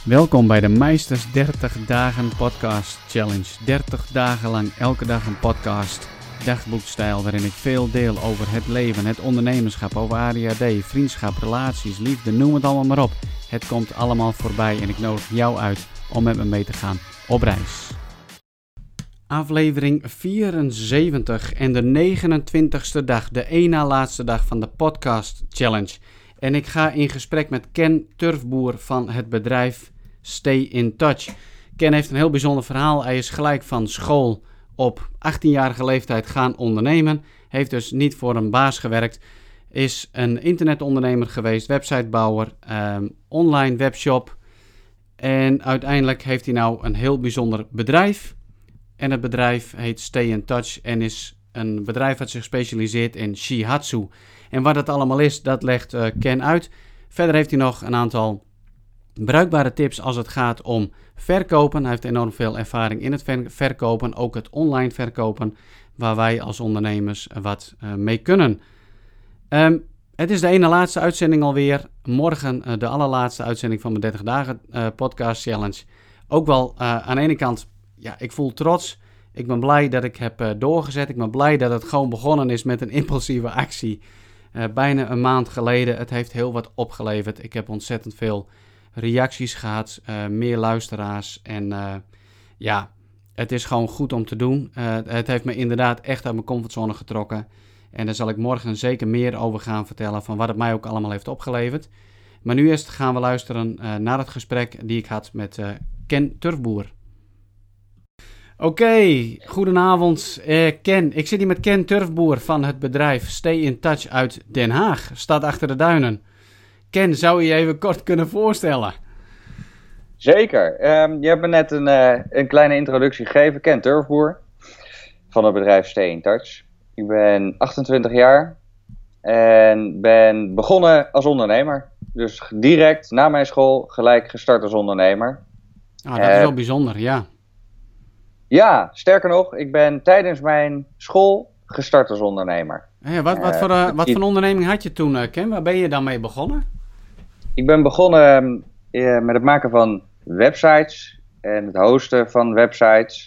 Welkom bij de Meisters 30 Dagen Podcast Challenge. 30 dagen lang, elke dag een podcast, dagboekstijl waarin ik veel deel over het leven, het ondernemerschap, over ADHD, vriendschap, relaties, liefde, noem het allemaal maar op. Het komt allemaal voorbij en ik nodig jou uit om met me mee te gaan op reis. Aflevering 74 en de 29ste dag, de één na laatste dag van de Podcast Challenge. En ik ga in gesprek met Ken Turfboer van het bedrijf Stay in Touch. Ken heeft een heel bijzonder verhaal. Hij is gelijk van school op 18-jarige leeftijd gaan ondernemen. Heeft dus niet voor een baas gewerkt. Is een internetondernemer geweest, websitebouwer, online webshop. En uiteindelijk heeft hij nou een heel bijzonder bedrijf. En het bedrijf heet Stay in Touch en is een bedrijf dat zich specialiseert in Shihatsu. En wat het allemaal is, dat legt Ken uit. Verder heeft hij nog een aantal bruikbare tips als het gaat om verkopen. Hij heeft enorm veel ervaring in het verkopen, ook het online verkopen, waar wij als ondernemers wat mee kunnen. Het is de ene laatste uitzending alweer. Morgen de allerlaatste uitzending van mijn 30 dagen podcast challenge. Ook wel aan de ene kant, ja, ik voel trots. Ik ben blij dat ik heb doorgezet. Ik ben blij dat het gewoon begonnen is met een impulsieve actie. Bijna een maand geleden. Het heeft heel wat opgeleverd. Ik heb ontzettend veel reacties gehad, meer luisteraars. En ja, het is gewoon goed om te doen. Het heeft me inderdaad echt uit mijn comfortzone getrokken. En daar zal ik morgen zeker meer over gaan vertellen van wat het mij ook allemaal heeft opgeleverd. Maar nu eerst gaan we luisteren naar het gesprek die ik had met Ken Turfboer. Oké, goedenavond Ken. Ik zit hier met Ken Turfboer van het bedrijf Stay in Touch uit Den Haag, stad achter de duinen. Ken, zou je je even kort kunnen voorstellen? Zeker. Je hebt me net een kleine introductie gegeven. Ken Turfboer van het bedrijf Stay in Touch. Ik ben 28 jaar en ben begonnen als ondernemer. Dus direct na mijn school gelijk gestart als ondernemer. Ah, dat is wel bijzonder, ja. Ja, sterker nog, ik ben tijdens mijn school gestart als ondernemer. Ja, wat voor onderneming had je toen, Ken? Waar ben je dan mee begonnen? Ik ben begonnen met het maken van websites en het hosten van websites.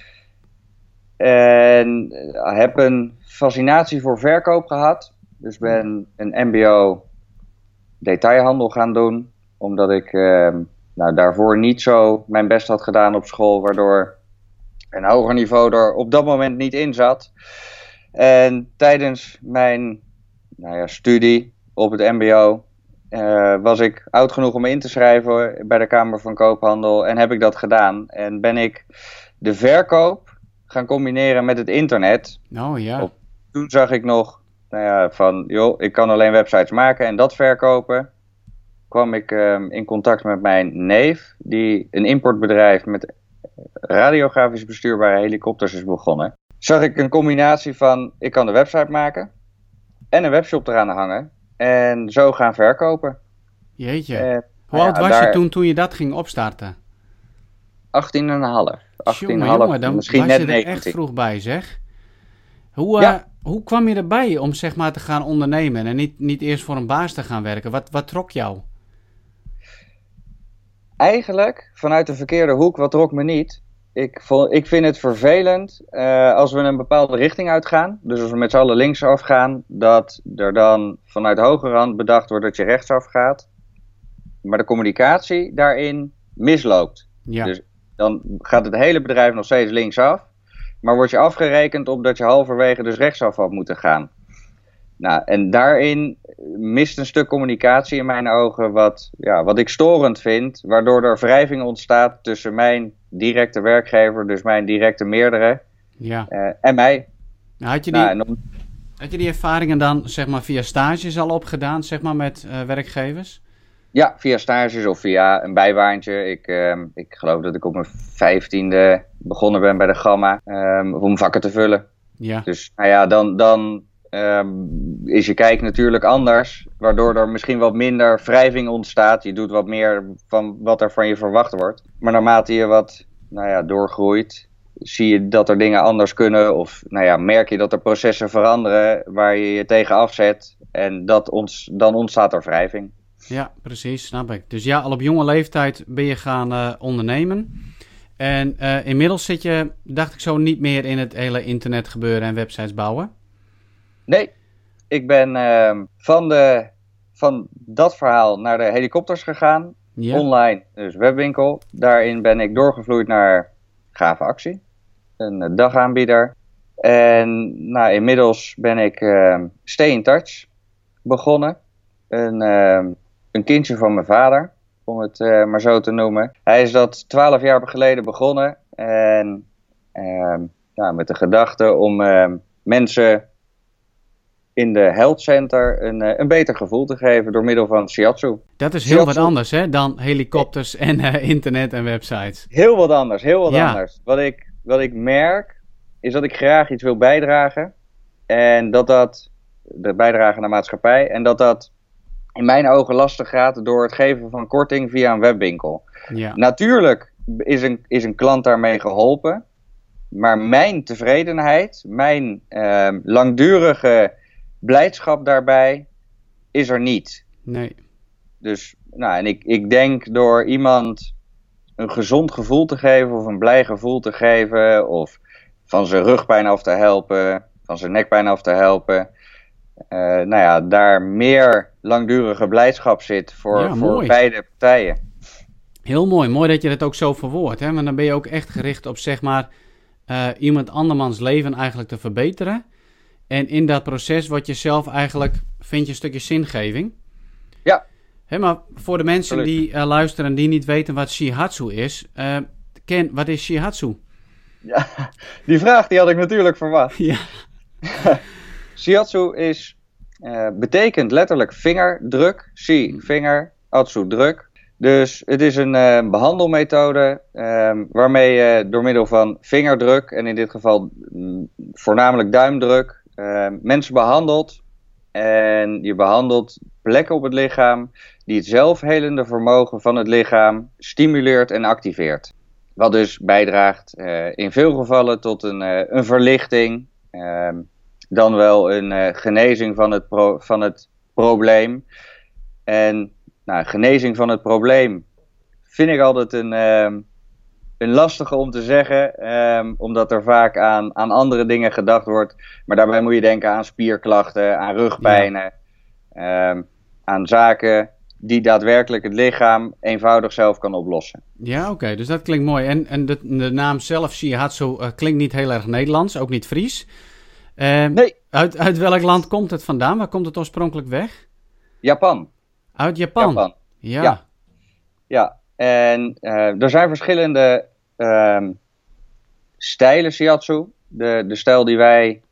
En heb een fascinatie voor verkoop gehad. Dus ben een mbo detailhandel gaan doen. Omdat ik daarvoor niet zo mijn best had gedaan op school. Waardoor een hoger niveau er op dat moment niet in zat. En tijdens mijn studie op het mbo was ik oud genoeg om me in te schrijven bij de Kamer van Koophandel. En heb ik dat gedaan. En ben ik de verkoop gaan combineren met het internet. Oh ja. Toen zag ik nog ik kan alleen websites maken en dat verkopen. Kwam ik in contact met mijn neef, die een importbedrijf met radiografisch bestuurbare helikopters is begonnen. Zag ik een combinatie van, ik kan de website maken en een webshop eraan hangen. En zo gaan verkopen. Jeetje. Hoe oud was je toen je dat ging opstarten? 18,5. 18,5, dan misschien was net je er 19. echt vroeg bij, zeg. Hoe kwam je erbij om zeg maar te gaan ondernemen en niet eerst voor een baas te gaan werken? Wat trok jou? Eigenlijk vanuit de verkeerde hoek, wat trok me niet. Ik vind het vervelend als we een bepaalde richting uitgaan. Dus als we met z'n allen linksaf gaan, dat er dan vanuit hogerhand bedacht wordt dat je rechtsaf gaat. Maar de communicatie daarin misloopt. Ja. Dus dan gaat het hele bedrijf nog steeds linksaf. Maar word je afgerekend op dat je halverwege dus rechtsaf had moeten gaan. Nou, en daarin mist een stuk communicatie in mijn ogen wat ik storend vind. Waardoor er wrijving ontstaat tussen mijn directe werkgever, dus mijn directe meerdere, en mij. Had je die ervaringen dan zeg maar via stages al opgedaan, zeg maar met werkgevers? Ja, via stages of via een bijbaantje. Ik geloof dat ik op mijn 15e begonnen ben bij de Gamma om vakken te vullen. Ja. Dus dan is je kijk natuurlijk anders, waardoor er misschien wat minder wrijving ontstaat. Je doet wat meer van wat er van je verwacht wordt. Maar naarmate je wat doorgroeit, zie je dat er dingen anders kunnen. Of merk je dat er processen veranderen waar je je tegen afzet. En dan ontstaat er wrijving. Ja, precies, snap ik. Dus ja, al op jonge leeftijd ben je gaan ondernemen. En inmiddels zit je, dacht ik zo, niet meer in het hele internet gebeuren en websites bouwen. Nee, ik ben van dat verhaal naar de helikopters gegaan. Ja. Online, dus webwinkel. Daarin ben ik doorgevloeid naar Gave Actie, een dagaanbieder. En nou, inmiddels ben ik Stay in Touch begonnen. Een kindje van mijn vader, om het maar zo te noemen. Hij is dat 12 jaar geleden begonnen. En met de gedachte om mensen in de health center een beter gevoel te geven door middel van shiatsu. Dat is heel wat anders hè, dan helikopters en internet en websites. Heel wat anders, anders. Wat ik merk is dat ik graag iets wil bijdragen. En dat de bijdrage naar maatschappij. En dat in mijn ogen lastig gaat door het geven van korting via een webwinkel. Ja. Natuurlijk is een klant daarmee geholpen. Maar mijn tevredenheid, mijn langdurige blijdschap daarbij is er niet. Nee. Dus, en ik denk door iemand een gezond gevoel te geven of een blij gevoel te geven of van zijn rugpijn af te helpen, van zijn nekpijn af te helpen. Daar meer langdurige blijdschap zit voor beide partijen. Heel mooi. Mooi dat je dat ook zo verwoordt. Hè? Want dan ben je ook echt gericht op, zeg maar, iemand andermans leven eigenlijk te verbeteren. En in dat proces wat je zelf eigenlijk, vind je een stukje zingeving. Ja. Hè, maar voor de mensen die luisteren die niet weten wat Shihatsu is. Ken, wat is Shihatsu? Ja, die vraag die had ik natuurlijk verwacht. Ja. Shiatsu betekent letterlijk vingerdruk. Shi, vinger, atsu, druk. Dus het is een behandelmethode waarmee je door middel van vingerdruk, en in dit geval voornamelijk duimdruk, mensen behandelt. En je behandelt plekken op het lichaam die het zelfhelende vermogen van het lichaam stimuleert en activeert. Wat dus bijdraagt in veel gevallen tot een verlichting, dan wel een genezing van het probleem. En genezing van het probleem vind ik altijd een lastige om te zeggen, omdat er vaak aan andere dingen gedacht wordt. Maar daarbij moet je denken aan spierklachten, aan rugpijnen, aan zaken die daadwerkelijk het lichaam eenvoudig zelf kan oplossen. Ja, oké, dus dat klinkt mooi. En de naam zelf, Shihatsu, klinkt niet heel erg Nederlands, ook niet Fries. Nee. Uit welk land komt het vandaan? Waar komt het oorspronkelijk weg? Japan. Uit Japan? Ja. En er zijn verschillende stijlen shiatsu. De stijl die wij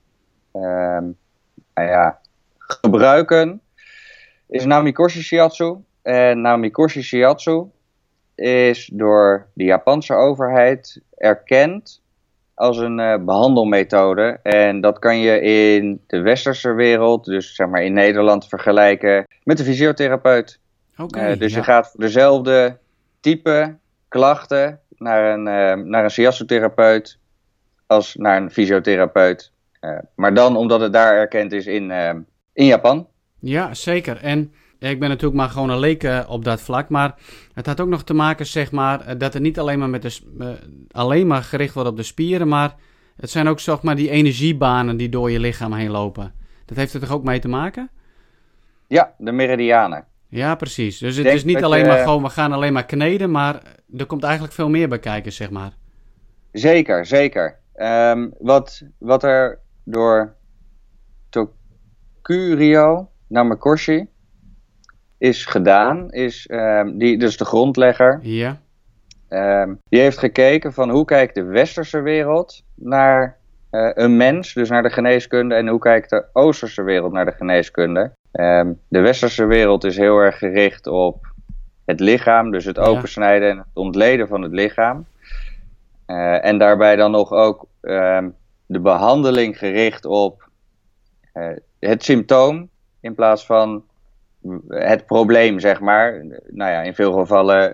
gebruiken is Namikoshi shiatsu. En Namikoshi shiatsu is door de Japanse overheid erkend als een behandelmethode. En dat kan je in de westerse wereld, dus zeg maar in Nederland, vergelijken met de fysiotherapeut. Dus je gaat voor dezelfde type klachten naar een shiatsu-therapeut als naar een fysiotherapeut. Maar dan omdat het daar erkend is in Japan. Ja, zeker. En ik ben natuurlijk maar gewoon een leek op dat vlak. Maar het had ook nog te maken, zeg maar, dat het niet alleen maar alleen maar gericht wordt op de spieren. Maar het zijn ook, zeg maar, die energiebanen die door je lichaam heen lopen. Dat heeft er toch ook mee te maken? Ja, de meridianen. Ja, precies. Dus het is niet alleen maar gewoon, we gaan alleen maar kneden, maar er komt eigenlijk veel meer bij kijken, zeg maar. Zeker. Wat er door Tokurio Namakoshi is gedaan, is die dus de grondlegger. Ja. Die heeft gekeken van hoe kijkt de westerse wereld naar een mens, dus naar de geneeskunde, en hoe kijkt de oosterse wereld naar de geneeskunde. De westerse wereld is heel erg gericht op het lichaam, dus het opensnijden en het ontleden van het lichaam. En daarbij dan nog ook de behandeling gericht op het symptoom in plaats van het probleem, zeg maar. In veel gevallen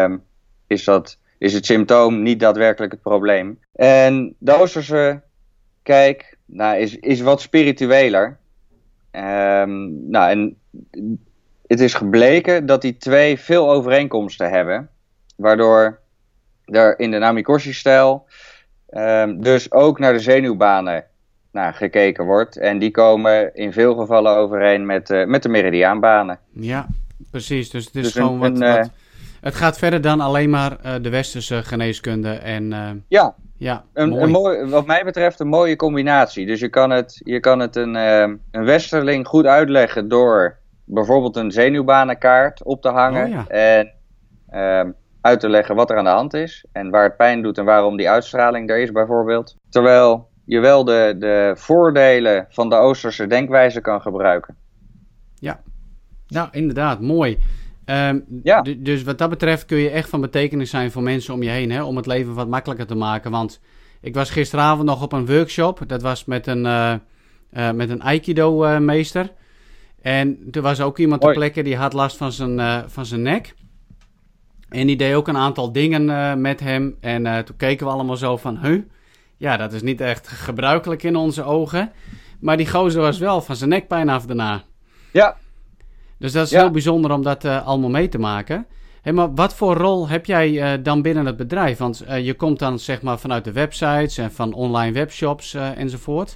is het symptoom niet daadwerkelijk het probleem. En de oosterse kijk is wat spiritueler. En het is gebleken dat die twee veel overeenkomsten hebben. Waardoor er in de Namikorshi-stijl dus ook naar de zenuwbanen gekeken wordt. En die komen in veel gevallen overeen met de meridiaanbanen. Ja, precies. Dus het is dus gewoon het gaat verder dan alleen maar de westerse geneeskunde. En, een mooi, wat mij betreft een mooie combinatie. Dus je kan het een westerling goed uitleggen door bijvoorbeeld een zenuwbanenkaart op te hangen. En uit te leggen wat er aan de hand is. En waar het pijn doet en waarom die uitstraling er is bijvoorbeeld. Terwijl je wel de voordelen van de Oosterse denkwijze kan gebruiken. Ja, nou inderdaad, mooi. Dus wat dat betreft kun je echt van betekenis zijn voor mensen om je heen, hè, om het leven wat makkelijker te maken. Want ik was gisteravond nog op een workshop, dat was met een Aikido-meester. En er was ook iemand ter plekke die had last van zijn nek. En die deed ook een aantal dingen met hem. En toen keken we allemaal zo van, ja, dat is niet echt gebruikelijk in onze ogen. Maar die gozer was wel van zijn nekpijn af daarna. Ja. Dus dat is heel bijzonder om dat allemaal mee te maken. Hey, maar wat voor rol heb jij dan binnen het bedrijf? Want je komt dan zeg maar vanuit de websites en van online webshops enzovoort.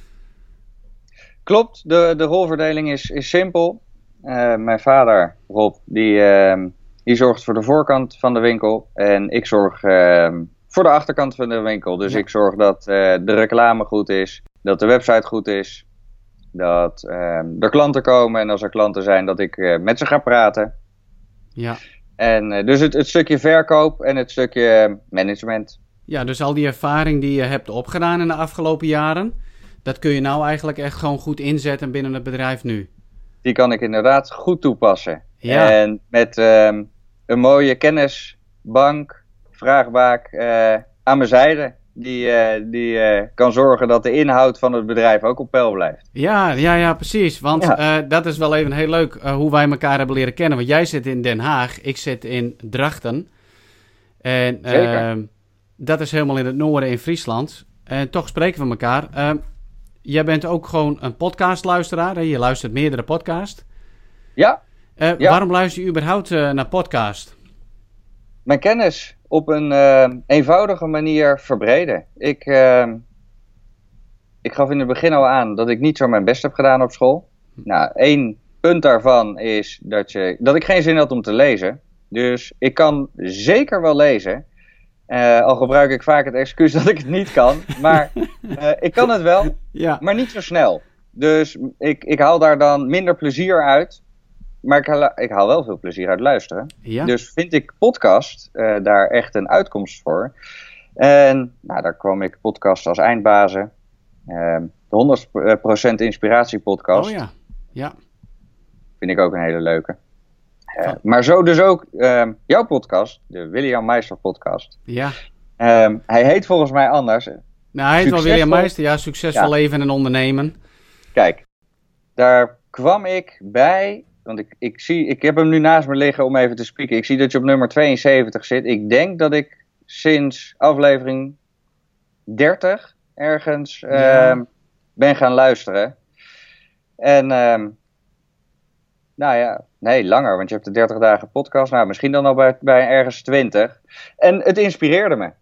Klopt, de rolverdeling is simpel. Mijn vader, Rob, die zorgt voor de voorkant van de winkel. En ik zorg voor de achterkant van de winkel. Dus ik zorg dat de reclame goed is, dat de website goed is. Dat er klanten komen en als er klanten zijn dat ik met ze ga praten. Ja. En dus het stukje verkoop en het stukje management. Ja, dus al die ervaring die je hebt opgedaan in de afgelopen jaren, dat kun je nou eigenlijk echt gewoon goed inzetten binnen het bedrijf nu. Die kan ik inderdaad goed toepassen. Ja. En met een mooie kennisbank, vraagbaak aan mijn zijde. Die kan zorgen dat de inhoud van het bedrijf ook op peil blijft. Ja, precies. Want dat is wel even heel leuk hoe wij elkaar hebben leren kennen. Want jij zit in Den Haag, ik zit in Drachten. En dat is helemaal in het noorden in Friesland. En toch spreken we elkaar. Jij bent ook gewoon een podcastluisteraar. Hè? Je luistert meerdere podcasts. Ja. Waarom luister je überhaupt naar podcast? Mijn kennis op een eenvoudige manier verbreden. Ik gaf in het begin al aan dat ik niet zo mijn best heb gedaan op school. Nou, 1 punt daarvan is dat ik geen zin had om te lezen. Dus ik kan zeker wel lezen. Al gebruik ik vaak het excuus dat ik het niet kan. Maar ik kan het wel, maar niet zo snel. Dus ik haal daar dan minder plezier uit. Maar ik haal wel veel plezier uit luisteren. Ja. Dus vind ik podcast daar echt een uitkomst voor. En daar kwam ik podcast als eindbazen. De 100% inspiratie podcast. Oh ja. Vind ik ook een hele leuke. Maar zo dus ook jouw podcast, de William Meister podcast. Ja. Hij heet volgens mij anders. Nou, hij heet wel William Meister, ja. Succesvol leven en ondernemen. Kijk, daar kwam ik bij. Want ik heb hem nu naast me liggen om even te spieken. Ik zie dat je op nummer 72 zit. Ik denk dat ik sinds aflevering 30 ergens ben gaan luisteren. En nee, langer. Want je hebt de 30 dagen podcast. Nou, misschien dan al bij ergens 20. En het inspireerde me.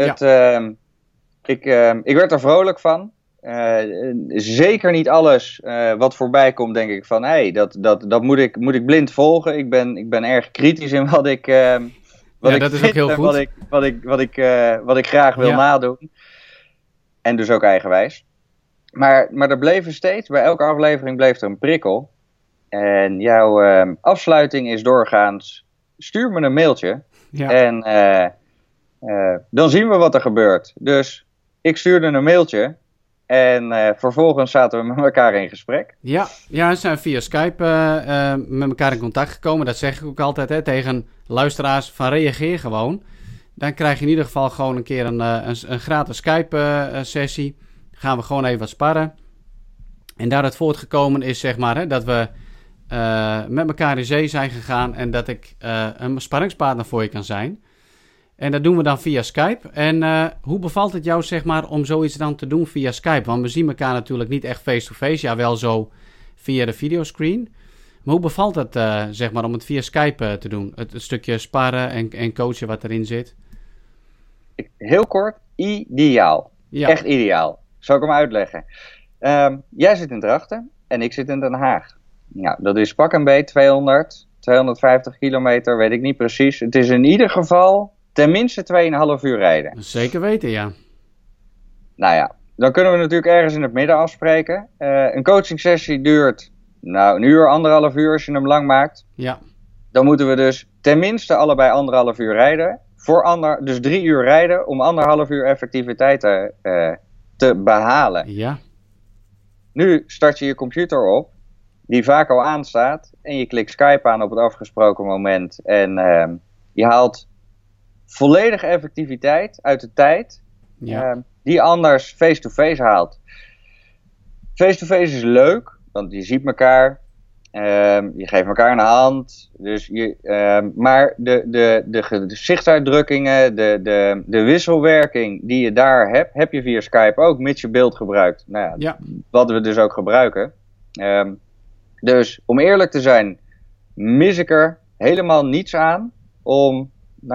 Ik werd er vrolijk van. Zeker niet alles wat voorbij komt, denk ik van dat moet ik blind volgen. Ik ben erg kritisch in wat ik dat is ook heel goed. Wat ik graag wil nadoen. En dus ook eigenwijs. Maar er bleven steeds, bij elke aflevering bleef er een prikkel. En jouw afsluiting is doorgaans, stuur me een mailtje. Ja. En dan zien we wat er gebeurt. Dus ik stuurde een mailtje. En vervolgens zaten we met elkaar in gesprek. Ja, we zijn via Skype met elkaar in contact gekomen. Dat zeg ik ook altijd tegen luisteraars van reageer gewoon. Dan krijg je in ieder geval gewoon een keer een gratis Skype-sessie. Gaan we gewoon even wat sparren. En daar het voortgekomen is, zeg maar, dat we met elkaar in zee zijn gegaan. En dat ik een sparringspartner voor je kan zijn. En dat doen we dan via Skype. En hoe bevalt het jou, zeg maar, om zoiets dan te doen via Skype? Want we zien elkaar natuurlijk niet echt face-to-face. Ja, wel zo via de videoscreen. Maar hoe bevalt het, zeg maar, om het via Skype te doen? Het stukje sparren en coachen wat erin zit? Heel kort, ideaal. Ja. Echt ideaal. Zal ik hem uitleggen? Jij zit in Drachten en ik zit in Den Haag. Nou, dat is pak een beet 250 kilometer, weet ik niet precies. Het is in ieder geval tenminste 2,5 uur rijden. Zeker weten, ja. Nou ja, dan kunnen we natuurlijk ergens in het midden afspreken. Een coaching sessie duurt een uur, 1,5 uur als je hem lang maakt. Ja. Dan moeten we dus tenminste allebei 1,5 uur rijden. Dus 3 uur rijden om 1,5 uur effectiviteit te behalen. Ja. Nu start je je computer op, die vaak al aanstaat. En je klikt Skype aan op het afgesproken moment. En je haalt volledige effectiviteit uit de tijd die je anders face-to-face haalt. Face-to-face is leuk, want je ziet elkaar. Je geeft elkaar een hand. Dus maar de gezichtsuitdrukkingen, de wisselwerking die je daar hebt, heb je via Skype ook, mits je beeld gebruikt. Nou ja, wat we dus ook gebruiken. Dus om eerlijk te zijn, mis ik er helemaal niets aan om,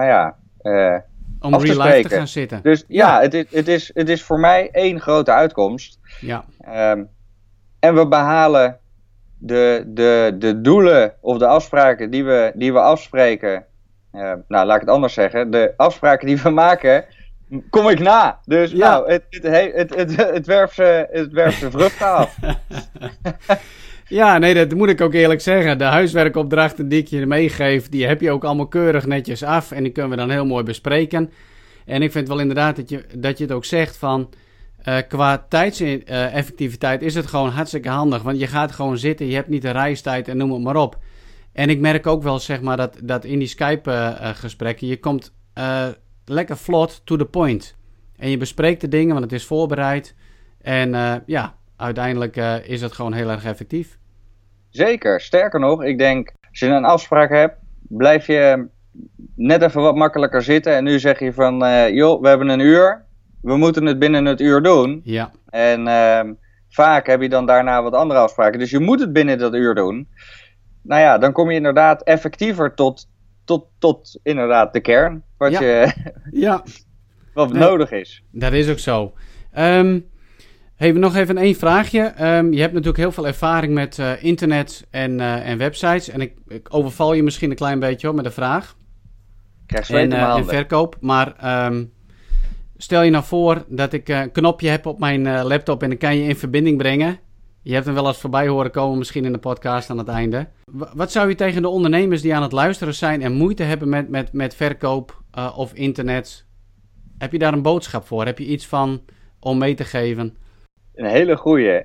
om af te real life spreken. te gaan zitten. Dus het is voor mij één grote uitkomst. Ja. En we behalen de doelen of de afspraken die we afspreken. Laat ik het anders zeggen. De afspraken die we maken, kom ik na. Dus het werpt zijn vruchten af. Ja, nee, dat moet ik ook eerlijk zeggen. De huiswerkopdrachten die ik je meegeef, die heb je ook allemaal keurig netjes af. En die kunnen we dan heel mooi bespreken. En ik vind wel inderdaad dat je het ook zegt van... qua tijdseffectiviteit is het gewoon hartstikke handig. Want je gaat gewoon zitten, je hebt niet de reistijd en noem het maar op. En ik merk ook wel, zeg maar, dat in die Skype-gesprekken... je komt lekker vlot to the point. En je bespreekt de dingen, want het is voorbereid. En uiteindelijk is het gewoon heel erg effectief. Zeker. Sterker nog, ik denk, als je een afspraak hebt, blijf je net even wat makkelijker zitten. En nu zeg je van, we hebben een uur. We moeten het binnen het uur doen. Ja. En vaak heb je dan daarna wat andere afspraken. Dus je moet het binnen dat uur doen. Nou ja, dan kom je inderdaad effectiever tot inderdaad de kern. Wat nodig is. Dat is ook zo. Nog even één vraagje. Je hebt natuurlijk heel veel ervaring met internet en websites. En ik overval je misschien een klein beetje met een vraag. Krijg zweet in mijn handen. En verkoop. Maar stel je nou voor dat ik een knopje heb op mijn laptop en dan kan je in verbinding brengen. Je hebt hem wel eens voorbij horen komen, misschien in de podcast aan het einde. Wat zou je tegen de ondernemers die aan het luisteren zijn en moeite hebben met verkoop of internet? Heb je daar een boodschap voor? Heb je iets van om mee te geven? Een hele goeie.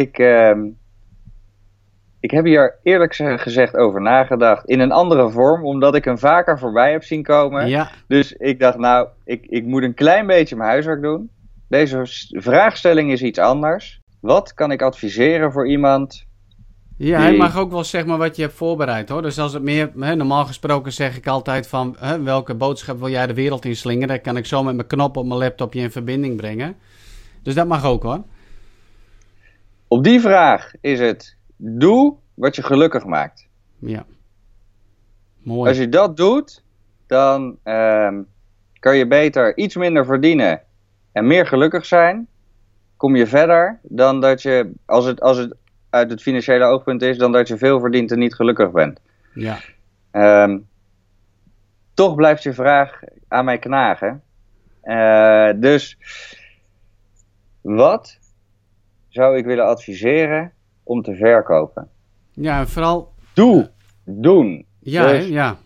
Ik heb hier eerlijk gezegd over nagedacht. In een andere vorm, omdat ik hem vaker voorbij heb zien komen. Ja. Dus ik dacht, ik moet een klein beetje mijn huiswerk doen. Deze vraagstelling is iets anders. Wat kan ik adviseren voor iemand? Ja, hij mag ook wel zeg maar wat je hebt voorbereid, hoor. Dus als het meer, normaal gesproken zeg ik altijd van... welke boodschap wil jij de wereld inslingeren? Dan kan ik zo met mijn knop op mijn laptopje in verbinding brengen. Dus dat mag ook, hoor. Op die vraag is het... Doe wat je gelukkig maakt. Ja. Mooi. Als je dat doet... dan kan je beter iets minder verdienen... en meer gelukkig zijn... kom je verder dan dat je... als het uit het financiële oogpunt is... dan dat je veel verdient en niet gelukkig bent. Ja. Toch blijft je vraag aan mij knagen. Dus... wat zou ik willen adviseren om te verkopen? Ja, vooral... Doen. Ja, dus, ja.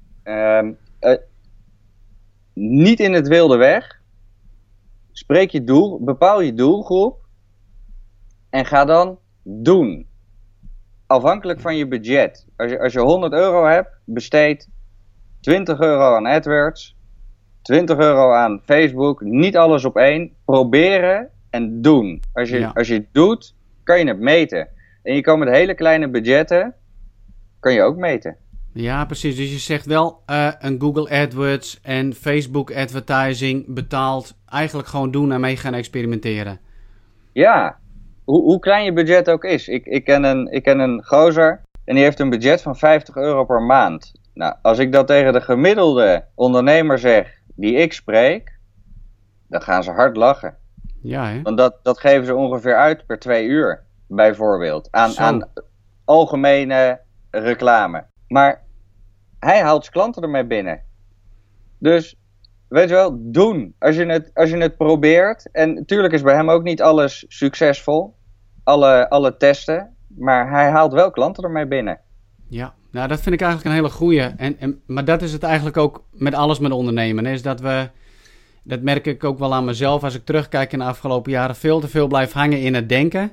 Niet in het wilde weg. Spreek je doel, bepaal je doelgroep. En ga dan doen. Afhankelijk van je budget. Als je 100 euro hebt, besteed 20 euro aan AdWords. 20 euro aan Facebook. Niet alles op één. Proberen en doen. Als je het doet, kan je het meten. En je kan met hele kleine budgetten, kan je ook meten. Ja, precies. Dus je zegt wel een Google AdWords en Facebook advertising betaald. Eigenlijk gewoon doen en mee gaan experimenteren. Ja, hoe klein je budget ook is. Ik ken een gozer en die heeft een budget van €50 per maand. Nou, als ik dat tegen de gemiddelde ondernemer zeg die ik spreek, dan gaan ze hard lachen. Ja, hè? Want dat geven ze ongeveer uit per 2 uur, bijvoorbeeld. Aan algemene reclame. Maar hij haalt zijn klanten ermee binnen. Dus, weet je wel, doen. Als je het probeert. En natuurlijk is bij hem ook niet alles succesvol. Alle testen. Maar hij haalt wel klanten ermee binnen. Ja, nou dat vind ik eigenlijk een hele goeie. Maar dat is het eigenlijk ook met alles met ondernemen. Is dat merk ik ook wel aan mezelf als ik terugkijk in de afgelopen jaren. Veel te veel blijf hangen in het denken.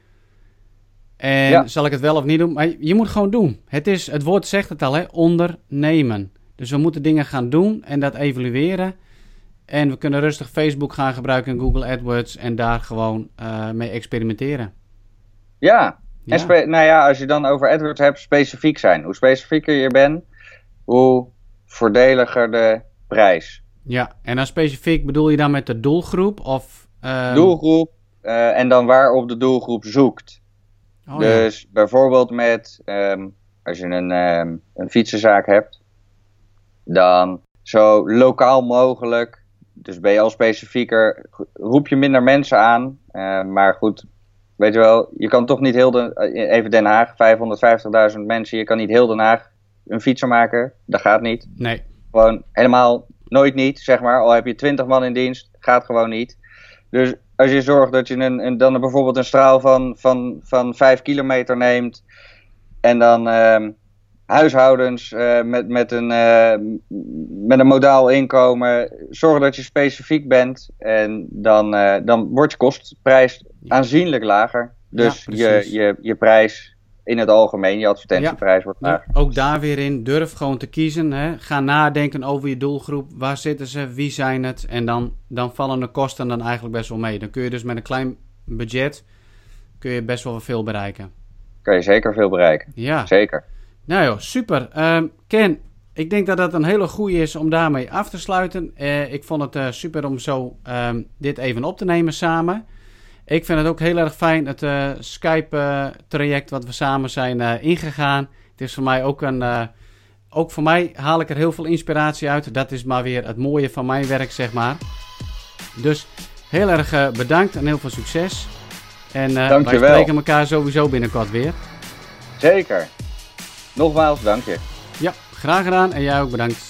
En zal ik het wel of niet doen? Maar je moet gewoon doen. Het woord zegt het al, hè? Ondernemen. Dus we moeten dingen gaan doen en dat evalueren. En we kunnen rustig Facebook gaan gebruiken en Google AdWords en daar gewoon mee experimenteren. Ja. En als je dan over AdWords hebt, specifiek zijn. Hoe specifieker je bent, hoe voordeliger de prijs. Ja, en dan specifiek bedoel je dan met de doelgroep? Of, doelgroep en dan waarop de doelgroep zoekt. Dus bijvoorbeeld met, als je een fietsenzaak hebt, dan zo lokaal mogelijk. Dus ben je al specifieker, roep je minder mensen aan. Maar goed, weet je wel, je kan toch niet even Den Haag, 550.000 mensen, je kan niet heel Den Haag een fietser maken. Dat gaat niet. Nee. Gewoon helemaal nooit niet, zeg maar. Al heb je 20 man in dienst, gaat gewoon niet. Dus als je zorgt dat je dan bijvoorbeeld een straal van 5 kilometer neemt. En dan huishoudens met een modaal inkomen. Zorg dat je specifiek bent. En dan wordt je kostprijs aanzienlijk lager. Dus je prijs in het algemeen, je advertentieprijs wordt lager. Ja, ook daar weer in, durf gewoon te kiezen. Hè. Ga nadenken over je doelgroep. Waar zitten ze? Wie zijn het? En dan vallen de kosten dan eigenlijk best wel mee. Dan kun je dus met een klein budget best wel veel bereiken. Kan je zeker veel bereiken. Ja. Zeker. Nou joh, super. Ken, ik denk dat dat een hele goeie is om daarmee af te sluiten. Ik vond het super om zo dit even op te nemen samen. Ik vind het ook heel erg fijn, het Skype-traject wat we samen zijn ingegaan. Het is voor mij ook voor mij haal ik er heel veel inspiratie uit. Dat is maar weer het mooie van mijn werk, zeg maar. Dus heel erg bedankt en heel veel succes. En wij spreken elkaar sowieso binnenkort weer. Zeker. Nogmaals, dank je. Ja, graag gedaan en jij ook bedankt.